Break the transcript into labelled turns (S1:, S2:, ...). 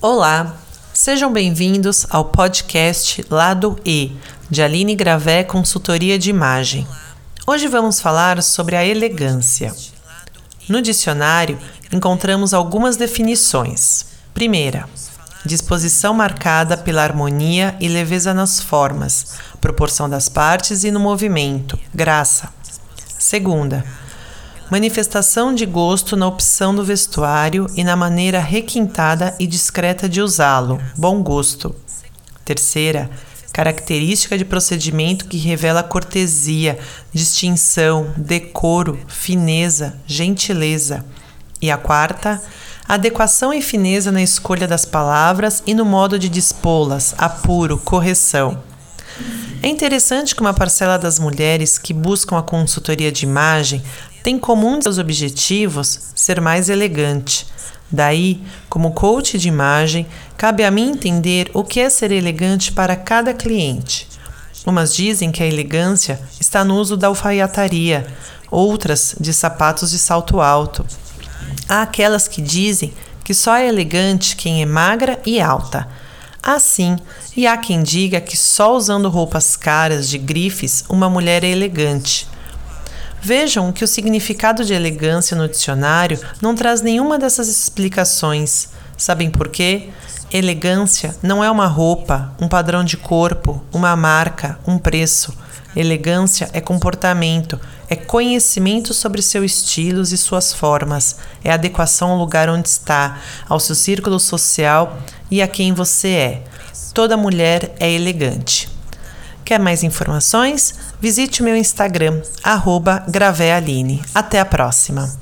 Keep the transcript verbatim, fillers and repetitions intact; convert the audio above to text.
S1: Olá, sejam bem-vindos ao podcast Lado E, de Aline Gravé Consultoria de Imagem. Hoje vamos falar sobre a elegância. No dicionário, encontramos algumas definições. Primeira, disposição marcada pela harmonia e leveza nas formas, proporção das partes e no movimento, graça. Segunda, manifestação de gosto na opção do vestuário e na maneira requintada e discreta de usá-lo, bom gosto. Terceira, característica de procedimento que revela cortesia, distinção, decoro, fineza, gentileza. E a quarta, adequação e fineza na escolha das palavras e no modo de dispô-las, apuro, correção. É interessante que uma parcela das mulheres que buscam a consultoria de imagem tem como um dos seus objetivos ser mais elegante. Daí, como coach de imagem, cabe a mim entender o que é ser elegante para cada cliente. Umas dizem que a elegância está no uso da alfaiataria, outras de sapatos de salto alto. Há aquelas que dizem que só é elegante quem é magra e alta. Assim, e há quem diga que só usando roupas caras de grifes uma mulher é elegante. Vejam que o significado de elegância no dicionário não traz nenhuma dessas explicações. Sabem por quê? Elegância não é uma roupa, um padrão de corpo, uma marca, um preço. Elegância é comportamento, é conhecimento sobre seus estilos e suas formas, é adequação ao lugar onde está, ao seu círculo social e a quem você é. Toda mulher é elegante. Quer mais informações? Visite o meu Instagram, arroba gravéaline. Até a próxima!